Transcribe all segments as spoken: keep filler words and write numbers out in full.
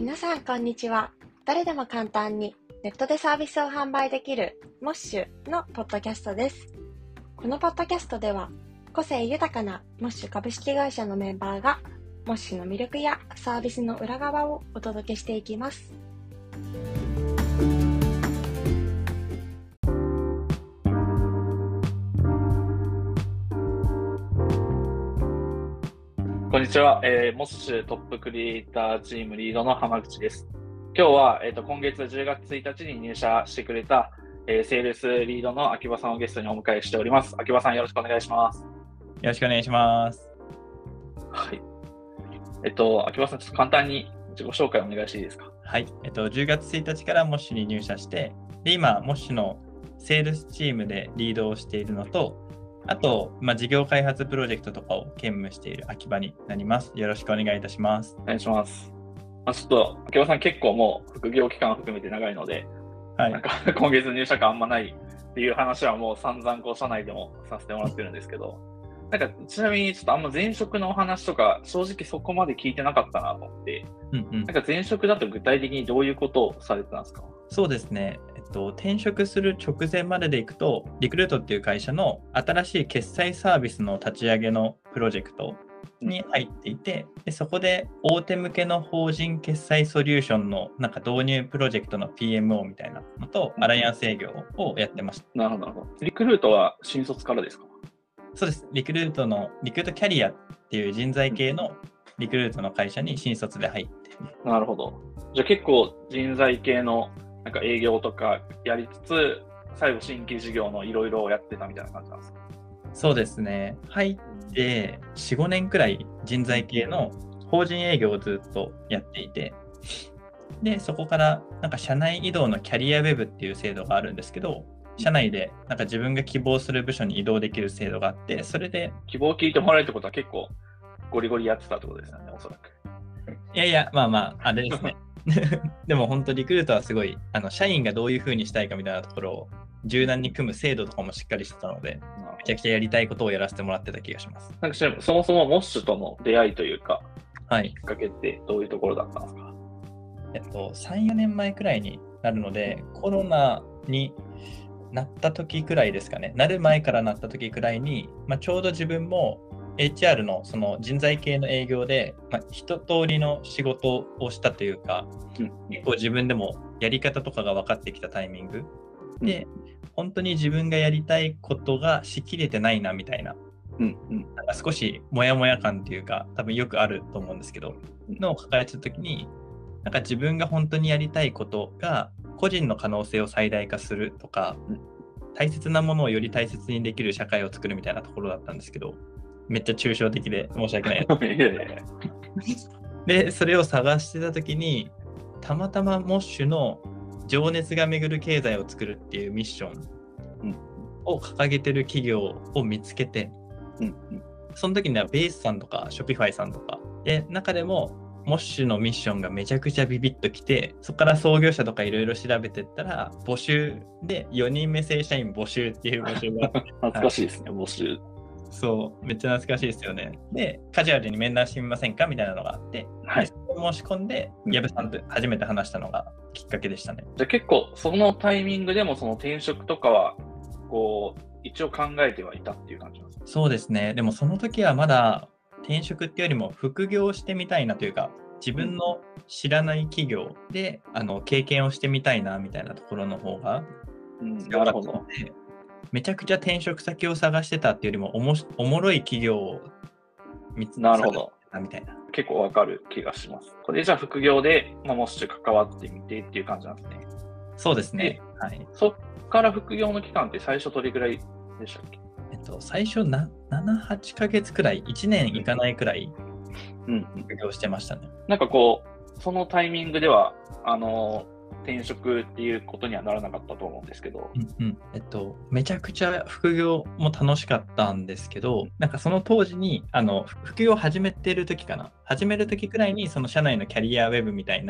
皆さんこんにちは。誰でも簡単にネットでサービスを販売できるモッシュのポッドキャストです。このポッドキャストでは個性豊かなモッシュ株式会社のメンバーがモッシュの魅力やサービスの裏側をお届けしていきます。 こんにちは、えー、モッシュトップクリエイターチームリードの浜口です。今日は、えーと、今月じゅうがつついたちに入社してくれた、えー、セールスリードの秋葉さんをゲストにお迎えしております。秋葉さん、よろしくお願いします。よろしくお願いします。 はい。えっと、秋葉さん、ちょっと簡単に自己紹介お願いしていいですか。 はい。えっと、じゅうがつついたちからモッシュに入社して、で、今、モッシュのセールスチームでリードをしているのと、あと、まあ、事業開発プロジェクトとかを兼務している秋葉になります。よろしくお願いいたします。 お願いします。まあ、ちょっと、秋葉さん結構もう副業期間を含めて長いので、はい、なんか今月入社感あんまないっていう話はもう散々こう社内でもさせてもらってるんですけど、なんかちなみにちょっとあんま前職のお話とか正直そこまで聞いてなかったなと思って、うんうん、なんか前職だと具体的にどういうことをされてたんですか？ そうですね。えっと、転職する直前まででいくと、リクルートっていう会社の新しい決済サービスの立ち上げのプロジェクトに入っていて、でそこで大手向けの法人決済ソリューションのなんか導入プロジェクトの ピーエムオー みたいなのと、アライアンス営業をやってました。 なるほど、なるほど。リクルートは新卒からですか？ そうです。リクルートの、リクルートキャリアっていう人材系のリクルートの会社に新卒で入って。 なるほど。じゃあ結構人材系のなんか営業とかやりつつ、最後新規事業のいろいろやってたみたいな感じなんですか？ そうですね。入ってよん、ごねんくらい人材系の法人営業をずっとやっていて、で、そこからなんか社内移動のキャリアウェブっていう制度があるんですけど、社内でなんか自分が希望する部署に移動できる制度があって、それで希望を聞いてもらえるってことは結構ゴリゴリやってたってことですよね、おそらく。 いやいや、まあまあ、あれですね。でも本当リクルートはすごいあの社員がどういう風にしたいかみたいなところを柔軟に組む制度とかもしっかりしてたので、めちゃくちゃやりたいことをやらせてもらってた気がします。 なんかそもそもモッシュとの出会いというか、 はい、 きっかけってどういうところだったんですか？ えっと、さん、よねんまえくらいになるので、コロナになった時くらいですかね。なる前からなった時くらいに、まあ、ちょうど自分もエイチアール のその人材系の営業で、まあ、一通りの仕事をしたというか、うん、結構自分でもやり方とかが分かってきたタイミングで、うん、本当に自分がやりたいことがしきれてないなみたいな、うんうん、なんか少しモヤモヤ感というか、多分よくあると思うんですけど、のを抱えてた時に、なんか自分が本当にやりたいことが個人の可能性を最大化するとか、うん、大切なものをより大切にできる社会を作るみたいなところだったんですけど、めっちゃ抽象的で申し訳ないで、それを探してた時にたまたまモッシュの情熱が巡る経済を作るっていうミッションを掲げてる企業を見つけて、うんうん、その時にはベースさんとかショピファイさんとかで、中でもモッシュのミッションがめちゃくちゃビビッときて、そこから創業者とかいろいろ調べてったら募集でよにんめ正社員募集っていう募集が懐かしいですね、はい、募集。 そう、めっちゃ懐かしいですよね。で、カジュアルに面談してみませんかみたいなのがあって、はい、それを申し込んで、矢部さんと初めて話したのがきっかけでしたね。 じゃあ結構、そのタイミングでもその転職とかは、こう、一応考えてはいたっていう感じなんですか？ そうですね。でもその時はまだ転職っていうよりも副業してみたいなというか、自分の知らない企業で、うん、あの経験をしてみたいなみたいなところの方が強かったので、うん、めちゃくちゃ転職先を探してたっていうよりもおも、おもろい企業を見つけたみたいな。 結構わかる気がします。これじゃあ副業で、まあ、もし関わってみてっていう感じなんですね。 そうですね。はい。 そっから副業の期間って最初どれぐらいでしたっけ？ えっと、最初ななな、はちかげつくらい、いちねんいかないくらい副業してましたね。 うん、なんかこう、そのタイミングでは、あの、転職っていうことにはならなかったと思うんですけど、 うんうん、えっとめちゃくちゃ副業も楽しかったんですけど、なんかその当時にあの副業を始めてる時かな始める時くらいにその社内のキャリアウェブみたいな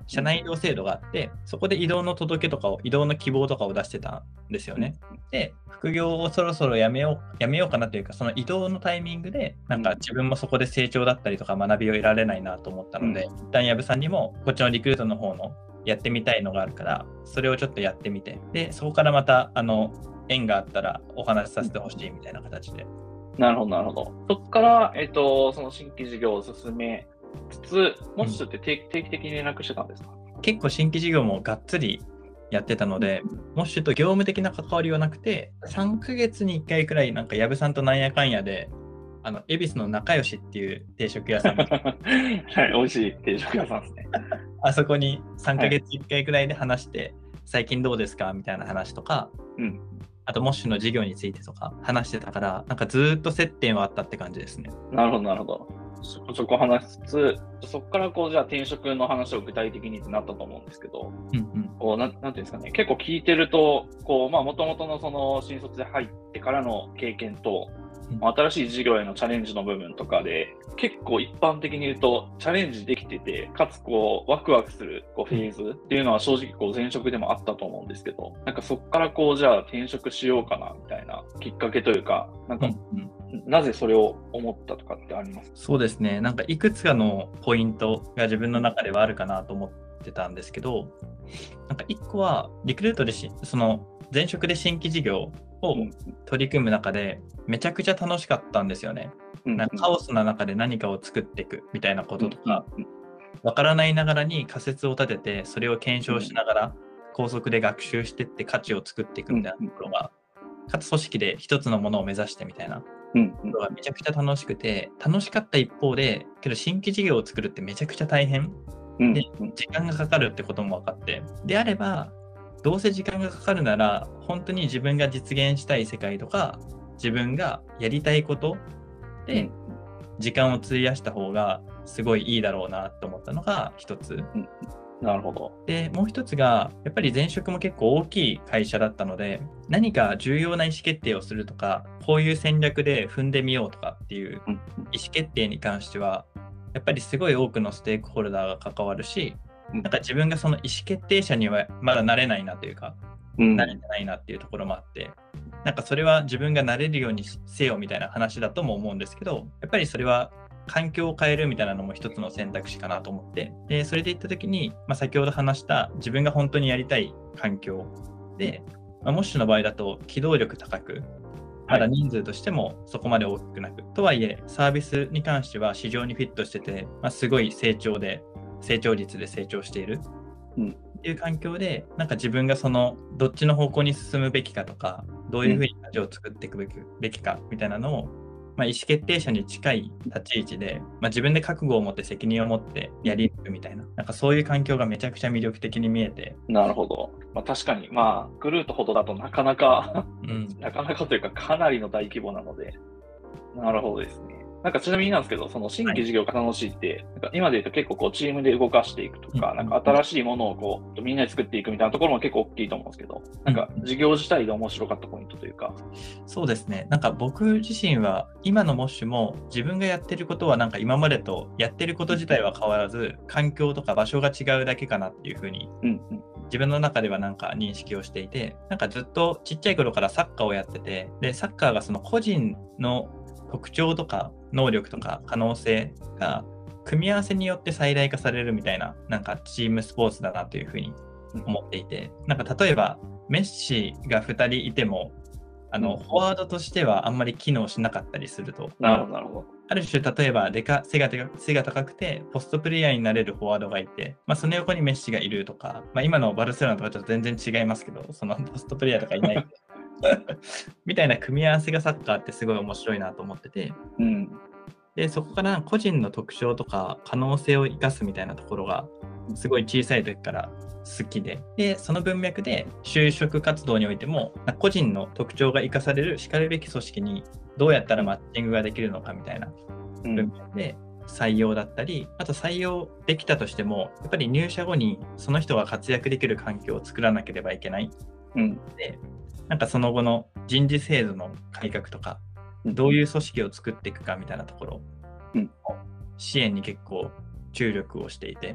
社内移動制度があって、そこで移動の届けとかを、移動の希望とかを出してたんですよね。で、副業をそろそろやめよう、やめようかなというか、その移動のタイミングで、なんか自分もそこで成長だったりとか学びを得られないなと思ったので、一旦矢部さんにも、こっちのリクルートの方のやってみたいのがあるから、それをちょっとやってみて、で、そこからまた、あの、縁があったらお話しさせてほしいみたいな形で。 なるほど、なるほど。そこから、えっと、その新規事業を進めつつ、モッシュって定定期的に連絡してたんですか？ 結構新規事業もがっつりやってたので、モッシュと業務的な関わりはなくて、さんかげつにいっかいくらい、なんか矢部さんとなんやかんやで、あの、恵比寿の仲良しっていう定食屋さん。はい、 美味しい定食屋さんですね。 あそこにさんかげついっかいくらいで話して、はい、最近どうですかみたいな話とか、うん、あとモッシュの事業についてとか話してたから、なんかずっと接点はあったって感じですね。 なるほど、なるほど。そこそこ話しつつ、そこからこう、じゃあ転職の話を具体的にってなったと思うんですけど、うんうん、こうな、なんていうんですかね、結構聞いてると、こう、まあ、もともとのその新卒で入ってからの経験と、うん、新しい事業へのチャレンジの部分とかで、結構一般的に言うと、チャレンジできてて、かつこう、ワクワクするこうフェーズっていうのは正直こう、前職でもあったと思うんですけど、なんかそこからこう、じゃあ転職しようかな、みたいなきっかけというか、なんか、うんうんなぜそれを思ったとかってありますか？ そうですね。なんかいくつかのポイントが自分の中ではあるかなと思ってたんですけど、なんかいっこはリクルートでしその前職で新規事業を取り組む中でめちゃくちゃ楽しかったんですよね。うんうん、なんかカオスな中で何かを作っていくみたいなこととか、わからないながらに仮説を立ててそれを検証しながら高速で学習していって価値を作っていくみたいなところが、かつ組織で一つのものを目指してみたいな。うんうん、がめちゃくちゃ楽しくて、楽しかった一方で、けど新規事業を作るってめちゃくちゃ大変、うん、で、時間がかかるってことも分かって、であれば、どうせ時間がかかるなら、本当に自分が実現したい世界とか、自分がやりたいことで、時間を費やした方がすごいいいだろうなと思ったのが一つ。うんなるほど。 で、もう一つが、やっぱり前職も結構大きい会社だったので、何か重要な意思決定をするとか、こういう戦略で踏んでみようとかっていう意思決定に関しては、やっぱりすごい多くのステークホルダーが関わるし、なんか自分がその意思決定者にはまだなれないなというか、うん、なれてないなっていうところもあって、なんかそれは自分がなれるようにせよみたいな話だとも思うんですけど、やっぱりそれは環境を変えるみたいなのも一つの選択肢かなと思って、でそれで言ったときに、まあ、先ほど話した自分が本当にやりたい環境で、まあ、モッシュの場合だと機動力高く、まだ人数としてもそこまで大きくなく、はい、とはいえサービスに関しては市場にフィットしてて、まあ、すごい成長で成長率で成長している、うん、っていう環境で、なんか自分がそのどっちの方向に進むべきかとか、どういうふうに価値を作っていくべき、うん、べきかみたいなのを、まあ、意思決定者に近い立ち位置で、まあ、自分で覚悟を持って責任を持ってやり抜くみたいな、なんかそういう環境がめちゃくちゃ魅力的に見えて。 なるほど。まあ、確かに、まあ、グルートほどだとなかなか、うん、なかなかというかかなりの大規模なので、なるほどですね。なんかちなみになんですけど、その新規事業が楽しいって、はい、なんか今で言うと結構こうチームで動かしていくとか、うん、なんか新しいものをこうみんなで作っていくみたいなところも結構大きいと思うんですけど、なんか事業自体で面白かったポイントというか。 そうですね。なんか僕自身は今のモッシュも自分がやってることはなんか今までとやってること自体は変わらず、環境とか場所が違うだけかなっていうふうに、うんうん、自分の中ではなんか認識をしていて、なんかずっとちっちゃい頃からサッカーをやってて、でサッカーがその個人の特徴とか能力とか可能性が組み合わせによって最大化されるみたいな、なんかチームスポーツだなというふうに思っていて、なんか例えばメッシがふたりいても、あのフォワードとしてはあんまり機能しなかったりすると、 なるほどなるほど。 ある種例えばでか背が背が高くてポストプレイヤーになれるフォワードがいて、まあ、その横にメッシがいるとか、まあ、今のバルセロナとはちょっと全然違いますけど、そのポストプレイヤーとかいないみたいな組み合わせがサッカーってすごい面白いなと思ってて、うん、でそこから個人の特徴とか可能性を生かすみたいなところがすごい小さい時から好きで、でその文脈で就職活動においても個人の特徴が生かされるしかるべき組織にどうやったらマッチングができるのかみたいな文脈で採用だったり、あと採用できたとしてもやっぱり入社後にその人が活躍できる環境を作らなければいけない、うん、でなんかその後の人事制度の改革とか、どういう組織を作っていくかみたいなところ、うん、支援に結構注力をしていて、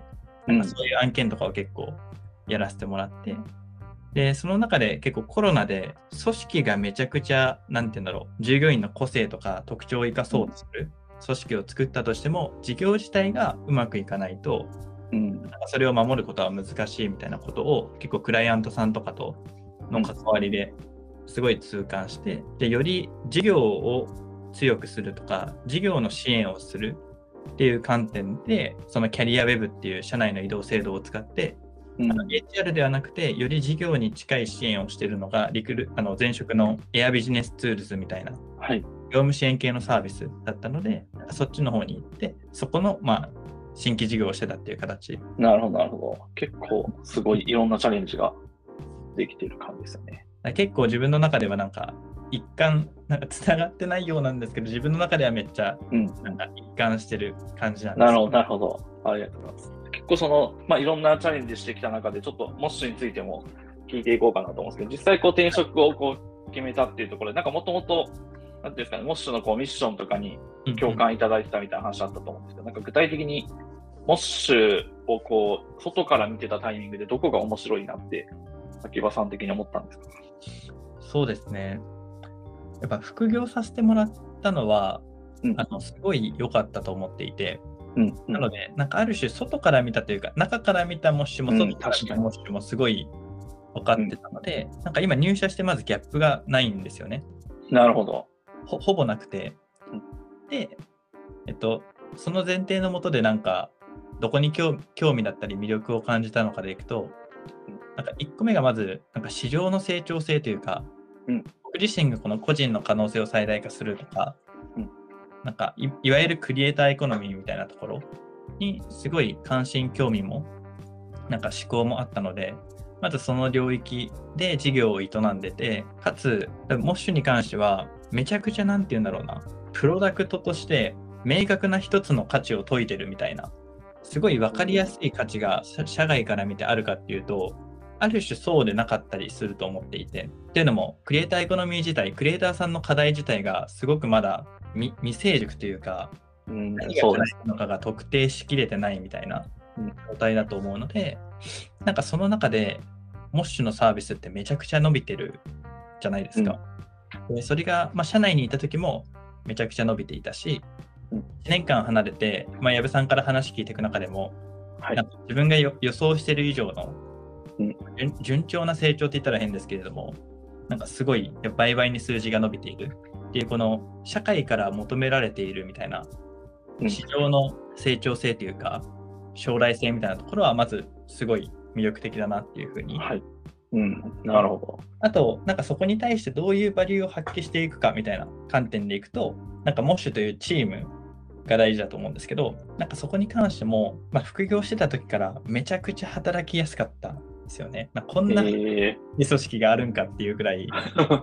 なんかそういう案件とかを結構やらせてもらって、で、その中で結構コロナで組織がめちゃくちゃ、なんて言うんだろう、従業員の個性とか特徴を生かそうとする組織を作ったとしても、事業自体がうまくいかないと、うん、なんかそれを守ることは難しいみたいなことを結構クライアントさんとかとの関わりですごい痛感して、で、より事業を強くするとか、事業の支援をするっていう観点で、そのキャリアウェブっていう社内の移動制度を使って、うん、あの エイチアール ではなくて、より事業に近い支援をしているのが、リクルあの前職のエアビジネスツールズみたいな、はい、業務支援系のサービスだったので、そっちの方に行って、そこの、まあ、新規事業をしてたっていう形。 なるほど、なるほど。結構すごいいろんなチャレンジができている感じですよね。 結構自分の中ではなんか、一貫、なんか繋がってないようなんですけど、自分の中ではめっちゃ、なんか一貫してる感じなんです、 うん、なるほど、なるほど。ありがとうございます。結構その、まあ、いろんなチャレンジしてきた中で、ちょっとモッシュについても聞いていこうかなと思うんですけど、実際こう転職をこう決めたっていうところで、なんかもともと、なんていうんですかね、モッシュのこうミッションとかに共感いただいてたみたいな話だったと思うんですけど、うんうん、なんか具体的にモッシュをこう、外から見てたタイミングでどこが面白いなって、秋葉さん的に思ったんですか？ そうですね。やっぱ副業させてもらったのは、うん、あのすごい良かったと思っていて、うんうん、なので、なんかある種外から見たというか、中から見たモッシュも外から見たモッシュもすごい分かってたので、うん、なんか今入社してまずギャップがないんですよね。 なるほど。 ほ, ほぼなくて、うん、で、えっと、その前提のもとでなんか、どこに 興, 興味だったり魅力を感じたのかでいくと、なんかいっこめがまず、なんか市場の成長性というか、うん、僕自身がこの個人の可能性を最大化するとか、うん、なんか い, いわゆるクリエイターエコノミーみたいなところにすごい関心興味もなんか思考もあったので、まずその領域で事業を営んでて、かつモッシュに関してはめちゃくちゃなんて言うんだろうな、プロダクトとして明確な一つの価値を説いてるみたいな、すごい分かりやすい価値が社外から見てあるかっていうと、ある種そうでなかったりすると思っていて、っていうのもクリエイターエコノミー自体、クリエイターさんの課題自体がすごくまだ 未, 未成熟というか、うん、何が正しいのかが特定しきれてないみたいな状態だと思うので、なんかその中でモッシュのサービスってめちゃくちゃ伸びてるじゃないですか。うん、でそれが、まあ、社内にいた時もめちゃくちゃ伸びていたし、うん、いちねんかん離れて、まあ、矢部さんから話聞いていく中でも、はい、なんか自分が予想している以上のうん、順, 順調な成長って言ったら変ですけれども、なんかすごい倍々に数字が伸びているっていう、この社会から求められているみたいな市場の成長性というか、うん、将来性みたいなところはまずすごい魅力的だなっていうふうに、 はい、うん、なるほど。 あとなんかそこに対してどういうバリューを発揮していくかみたいな観点でいくと、なんかモッシュというチームが大事だと思うんですけど、なんかそこに関しても、まあ、副業してた時からめちゃくちゃ働きやすかったですよね。まあ、こんな組織があるんかっていうくらい、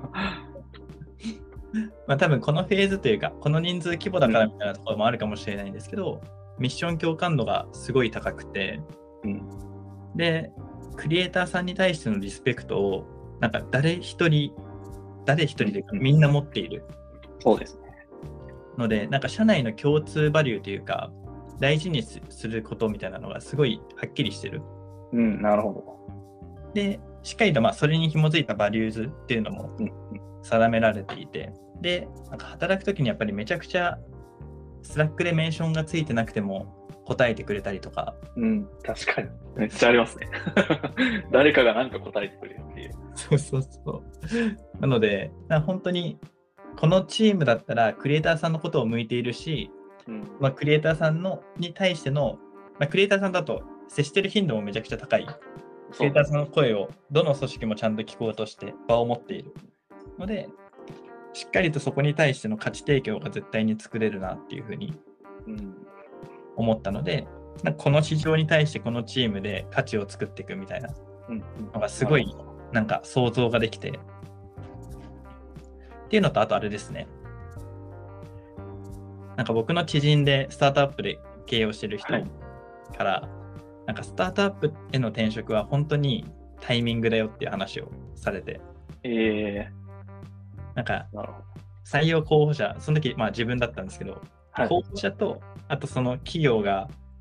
まあ多分このフェーズというか、この人数規模だからみたいなところもあるかもしれないんですけど、ミッション共感度がすごい高くて、うん、で、クリエイターさんに対してのリスペクトを、なんか誰一人、誰一人でみんな持っている。 そうですね。 ので、なんか社内の共通バリューというか、大事にすることみたいなのがすごいはっきりしてる。 うん、なるほど。 で、しっかりとまあそれに紐づいたバリューズっていうのも定められていて、で、なんか働くときにやっぱりめちゃくちゃスラックでメンションがついてなくても答えてくれたりとか。 うん、確かに。めっちゃありますね。誰かが何か答えてくれるっていう。 そうそうそう。なので、本当にこのチームだったらクリエイターさんのことを向いているし、うんまあ、クリエイターさんのに対しての、まあ、クリエイターさんだと接してる頻度もめちゃくちゃ高い。クリエイターさんの声をどの組織もちゃんと聞こうとして場を持っているので、しっかりとそこに対しての価値提供が絶対に作れるなっていうふうに思ったので、なんかこの市場に対してこのチームで価値を作っていくみたいなのがすごいなんか想像ができて、っていうのと、あとあれですね。なんか僕の知人でスタートアップで経営をしてる人から、はい、なんかスタートアップへの転職は本当にタイミングだよっていう話をされて。 えー、なんか採用候補者、その時まあ自分だったんですけど、はい、候補者と、あとその企業が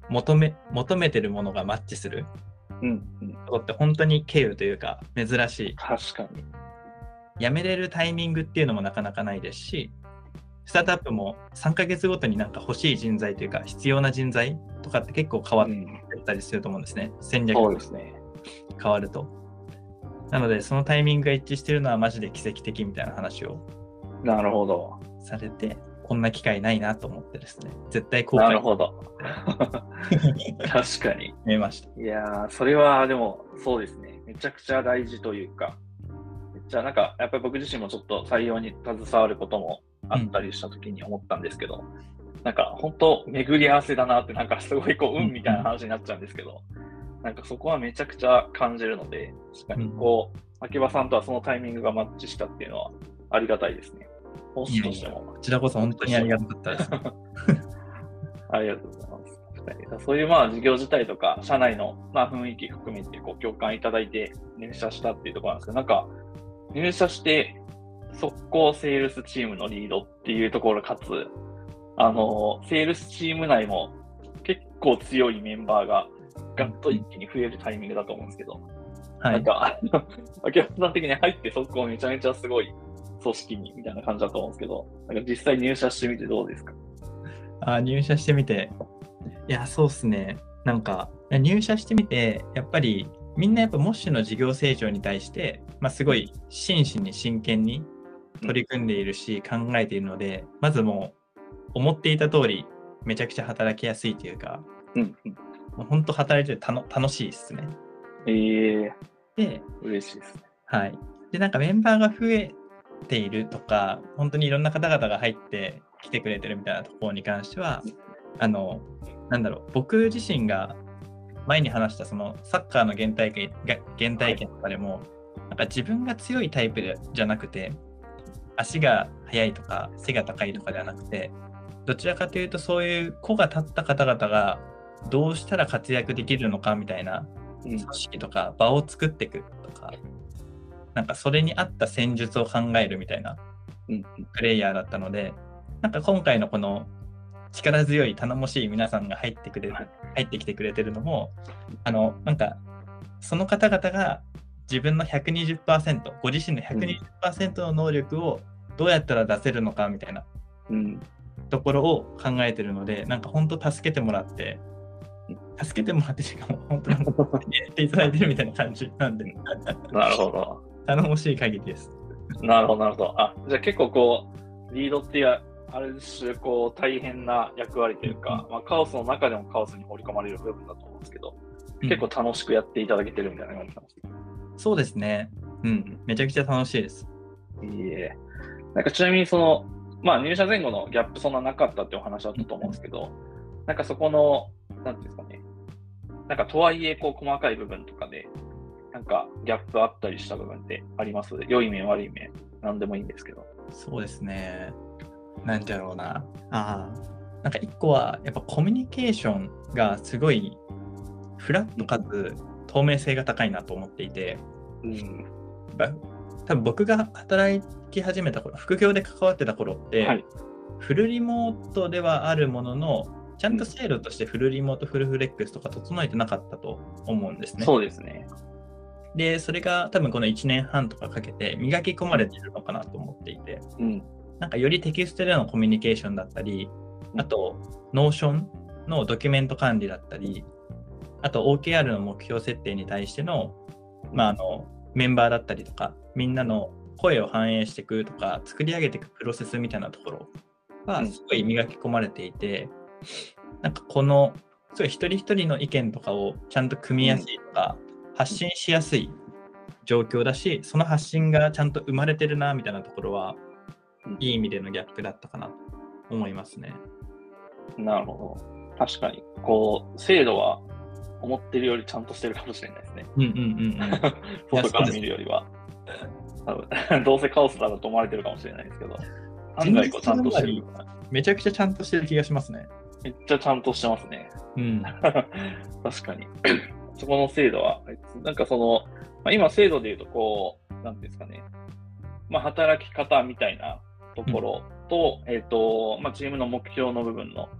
求め、求めてるものがマッチするうんうん。 ことって本当に稀有というか珍しい。 確かに。 辞めれるタイミングっていうのもなかなかないですし、スタートアップもさんかげつごとになんか欲しい人材というか必要な人材とかって結構変わってったりすると思うんですね。うん、戦略が変わると。なのでそのタイミングが一致してるのはマジで奇跡的みたいな話をなるほどされて、こんな機会ないなと思ってですね、絶対後悔。 なるほど確かに見えました。 いやー、それはでもそうですね、めちゃくちゃ大事というか、めっちゃなんかやっぱり僕自身もちょっと採用に携わることもあったりした時に思ったんですけど、うん、なんか本当巡り合わせだなって、なんかすごいこう運みたいな話になっちゃうんですけど、うん、なんかそこはめちゃくちゃ感じるので、確かにこう、うん、秋葉さんとはそのタイミングがマッチしたっていうのはありがたいですね。本誌としても。 こちらこそ本当にありがたかったです。 ありがとうございます。そういうまあ事業自体とか社内のまあ雰囲気含めてこう共感いただいて入社したっていうところなんですけど、なんか入社して速攻セールスチームのリードっていうところかつ、あのセールスチーム内も結構強いメンバーがガッと一気に増えるタイミングだと思うんですけど、はい、なんか秋葉さん的に入って速攻めちゃめちゃすごい組織にみたいな感じだと思うんですけど、なんか実際入社してみてどうですか？ あ、入社してみて、いや、そうっすね。なんか入社してみて、やっぱりみんなやっぱモッシュの事業成長に対して、まあ、すごい真摯に真剣に取り組んでいるし、うん、考えているので、まずもう思っていた通りめちゃくちゃ働きやすいというか、うんうん、もう本当働いててたの楽しいですね。 えー、 で、 嬉しいですね。 はい。で、なんかメンバーが増えているとか、本当にいろんな方々が入ってきてくれてるみたいなところに関しては、あの、なんだろう、僕自身が前に話したそのサッカーの原体験、原体験とかでも、なんか自分が強いタイプじゃなくて、足が速いとか背が高いとかではなくて、どちらかというとそういう子が立った方々がどうしたら活躍できるのかみたいな組織とか場を作っていくとか、なんかそれに合った戦術を考えるみたいなプレイヤーだったので、なんか今回のこの力強い頼もしい皆さんが入ってくれる、入ってきてくれてるのも、あのなんかその方々が自分の ひゃくにじゅっパーセント、ご自身の ひゃくにじゅっパーセント の能力をどうやったら出せるのかみたいなところを考えてるので、なんか本当助けてもらって、助けてもらってしかも本当にやっていただいてるみたいな感じなんで。 なるほど。 頼もしい限りです。 なるほど、なるほど。あ、じゃあ結構こう、リードっていう、ある種こう大変な役割というか、うん、まあ、カオスの中でもカオスに放り込まれる部分だと思うんですけど、うん、結構楽しくやっていただけてるみたいな感じなんですか？ そうですね。うん。めちゃくちゃ楽しいです。 いいえ。なんかちなみにその、まあ入社前後のギャップそんななかったってお話だったと思うんですけど、うん、なんかそこの、なんていうんですかね、なんかとはいえこう細かい部分とかで、なんかギャップあったりした部分ってあります？良い面悪い面、なんでもいいんですけど。 そうですね。なんだろうな。ああ。なんか一個は、やっぱコミュニケーションがすごいフラットかつ透明性が高いなと思っていて、うん、多分僕が働き始めた頃、副業で関わってた頃って、はい、フルリモートではあるものの、ちゃんと制度としてフルリモート、フルフレックスとか整えてなかったと思うんですね。 そうですね。 で、それが多分このいちねんはんとかかけて磨き込まれているのかなと思っていて、うん、なんかよりテキストでのコミュニケーションだったり、あと、ノーションのドキュメント管理だったり、あと オーケーアール の目標設定に対しての、まあ、あのメンバーだったりとか、みんなの声を反映していくとか、作り上げていくプロセスみたいなところはすごい磨き込まれていて、うん、なんかこのすごい一人一人の意見とかをちゃんと組みやすいとか、うん、発信しやすい状況だし、その発信がちゃんと生まれてるなみたいなところは、うん、いい意味でのギャップだったかなと思いますね。なるほど。 確かに、こう、制度は思ってるよりちゃんとしてるかもしれないですね。 うんうんうん、うん。 外から見るよりは。多分どうせカオスだろうと思われてるかもしれないですけど、案外こうちゃんとしてる。 めちゃくちゃちゃんとしてる気がしますね。 めっちゃちゃんとしてますね。うん。確かに。そこの制度は、なんかその、まあ、今制度で言うとこう、なんですかね、まあ、働き方みたいなところと、うん、えっと、まあ、チームの目標の部分の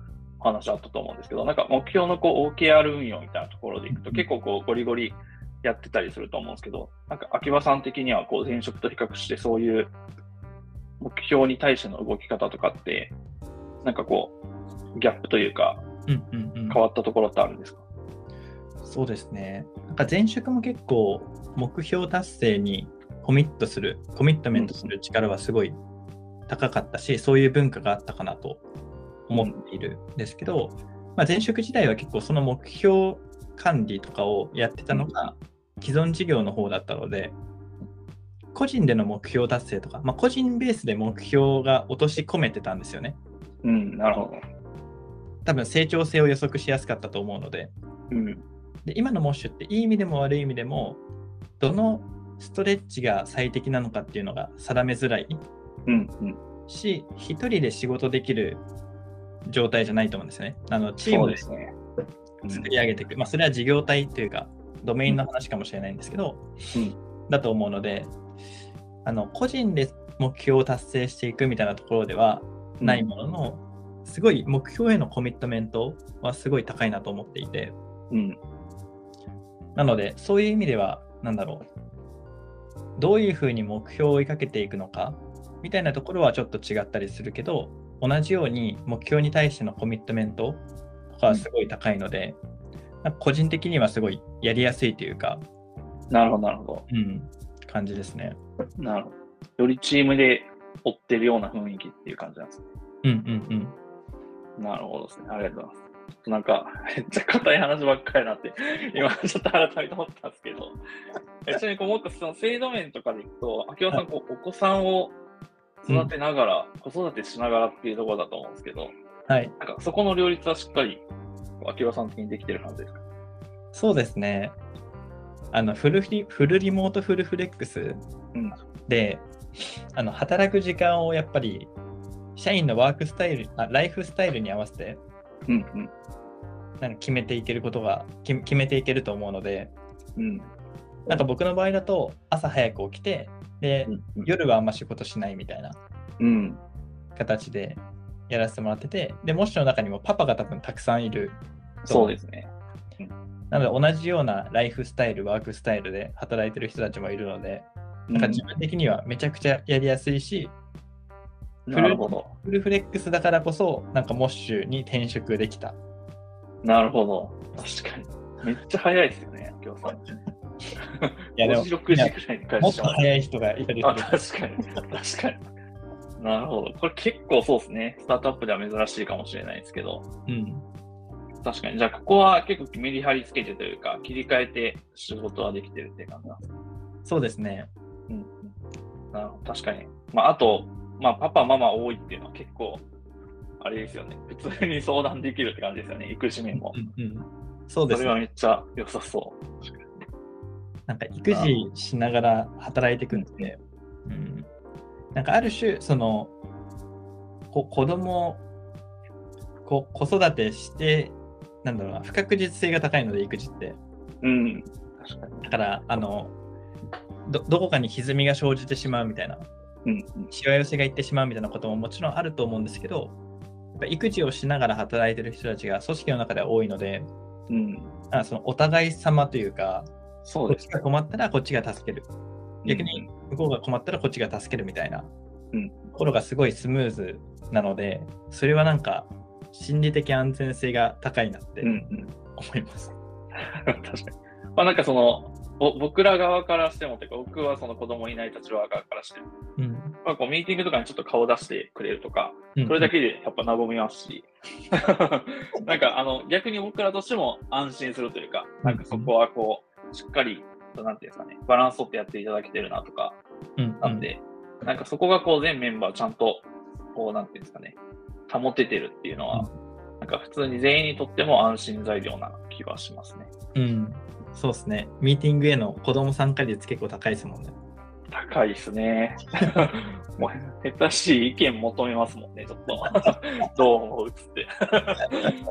話あったと思うんですけど、なんか目標のこう オーケーアール 運用みたいなところでいくと、結構こうゴリゴリやってたりすると思うんですけど、なんか秋葉さん的にはこう前職と比較してそういう目標に対しての動き方とかって、なんかこうギャップというか、 うんうんうん、 変わったところってあるんですか？ そうですね。なんか前職も結構目標達成にコミットする、コミットメントする力はすごい高かったし、そういう文化があったかなと思っているんですけど、まあ、前職時代は結構その目標管理とかをやってたのが既存事業の方だったので、個人での目標達成とか、まあ、個人ベースで目標が落とし込めてたんですよね。 うん、なるほど。 多分成長性を予測しやすかったと思うので、 うん、 で今のモッシュっていい意味でも悪い意味でも、どのストレッチが最適なのかっていうのが定めづらい、 うんうん、 し、一人で仕事できる状態じゃないと思うんですよね。あのチームで作り上げていく、まあ、それは事業体というか、ドメインの話かもしれないんですけど、うん、だと思うので、あの個人で目標を達成していくみたいなところではないものの、うん、すごい目標へのコミットメントはすごい高いなと思っていて、うん、なので、そういう意味では、なんだろう、どういうふうに目標を追いかけていくのかみたいなところはちょっと違ったりするけど、同じように目標に対してのコミットメントとかはすごい高いので、うん、なんか個人的にはすごいやりやすいというか、 なるほど、なるほど。 うん、感じですね。 なるほど。よりチームで追ってるような雰囲気っていう感じなんですね。 うんうんうん。なるほどですね。ありがとうございます。ちょっとなんか、めっちゃ硬い話ばっかりになって、今ちょっと改めて思ったんですけど、ちなみにこうもっとその制度面とかでいくと、秋葉さん、こうお子さんを育てながら、うん、子育てしながらっていうところだと思うんですけど、 はい。 なんかそこの両立はしっかり秋葉さん的にできてる感じですか？ そうですね。あのフルリ、フルリモートフルフレックスで、うん、あの働く時間をやっぱり社員のワークスタイル、あライフスタイルに合わせて、うんうん、なんか決めていけることが決めていけると思うので、うん、なんか僕の場合だと朝早く起きてで、うんうん、夜はあんま仕事しないみたいな形でやらせてもらってて、でモッシュの中にもパパが多分たくさんいる。 そうですね。 うん、なので同じようなライフスタイルワークスタイルで働いてる人たちもいるので、なんか自分的にはめちゃくちゃやりやすいし、 うん、なるほど。 フルフレックスだからこそなんかモッシュに転職できた。 なるほど。確かに。めっちゃ早いですよね、今日さん。いやでも、ろくじくらいに返してます。 もっと早い人がいたりする。 あ、確かに。確かに。なるほど。これ結構そうですね。スタートアップでは珍しいかもしれないですけど。うん。確かに。じゃあ、ここは結構メリハリつけてというか、切り替えて仕事はできてるって感じなんですか？ そうですね。 うん。なるほど。確かに。まあ、あと、まあ、パパ、ママ多いっていうのは結構、あれですよね。普通に相談できるって感じですよね。育児面も。うんうん、 そうですね。 それはめっちゃ良さそう。 なんか育児しながら働いていくんで、うん、なんかある種、その、こ子供こ子育てして、なんだろうな、不確実性が高いので、育児って。 うん。確かに。 だから、あの、ど、どこかに歪みが生じてしまうみたいな、うん、しわ寄せがいってしまうみたいなことももちろんあると思うんですけど、やっぱ育児をしながら働いてる人たちが組織の中では多いので、うん、そのお互い様というか、 そうです、 こっちが困ったらこっちが助ける。逆に向こうが困ったらこっちが助けるみたいな、うん、ところがすごいスムーズなので、それはなんか心理的安全性が高いなって思います。 うんうん、確かに。まあなんかその僕ら側からしてもというか、僕はその子供いない立場側からしても、うんまあ、こうミーティングとかにちょっと顔出してくれるとか、それだけでやっぱ和みますし、なんかあの逆に僕らとしても安心するというか、なんかそこはこうしっかりなんていうんですかね、バランス取ってやっていただけてるなとか、うんなんで、なんかそこがこう全メンバーちゃんとこうなんていうんですかね、保ててるっていうのは、なんか普通に全員にとっても安心材料な気はしますね。 うんそうですね。ミーティングへの子供参加率結構高いですもんね。 高いですね。もう下手しい意見求めますもんね、ちょっと。どう思うっつって。確か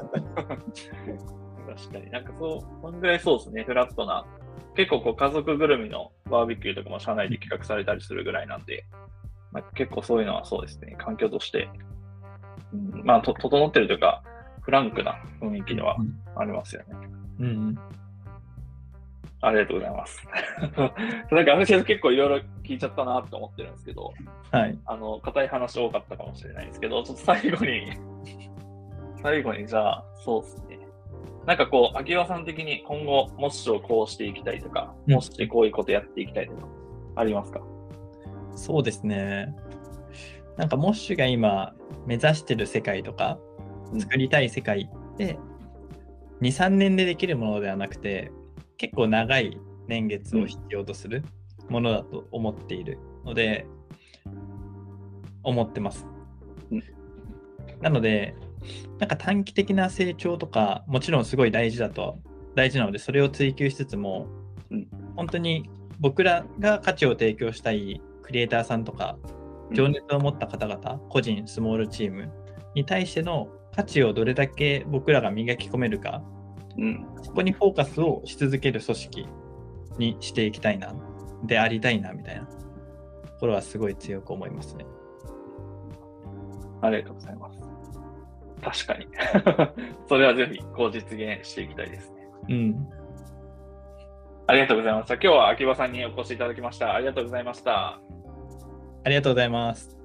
になんかそう、こんぐらいそうですね、フラットな。結構こう家族ぐるみのバーベキューとかも社内で企画されたりするぐらいなんで、まあ、結構そういうのはそうですね、環境として、うん、まあと整ってるというか、 フランクな雰囲気ではありますよね。 うん、うん、 ありがとうございます。なんか私結構いろいろ聞いちゃったなって思ってるんですけど、 はい。 あの、硬い話多かったかもしれないですけど、ちょっと最後に、最後にじゃあ、そうですね。なんかこう、秋葉さん的に今後、モッシュをこうしていきたいとか、モッシュでこういうことやっていきたいとか、ありますか？ そうですね。なんかモッシュが今目指してる世界とか、作りたい世界って、に、さんねんでできるものではなくて、結構長い年月を必要とするものだと思っているので、思ってます。なので、なんか短期的な成長とか、もちろんすごい大事だと、大事なので、それを追求しつつも、本当に僕らが価値を提供したいクリエイターさんとか、情熱を持った方々、個人、スモールチームに対しての価値をどれだけ僕らが磨き込めるか、うん、そこにフォーカスをし続ける組織にしていきたいな、でありたいなみたいなところはすごい強く思いますね。 ありがとうございます。確かに。それはぜひこう実現していきたいですね。 うん。 ありがとうございました。今日は秋葉さんにお越しいただきました。ありがとうございました。 ありがとうございます。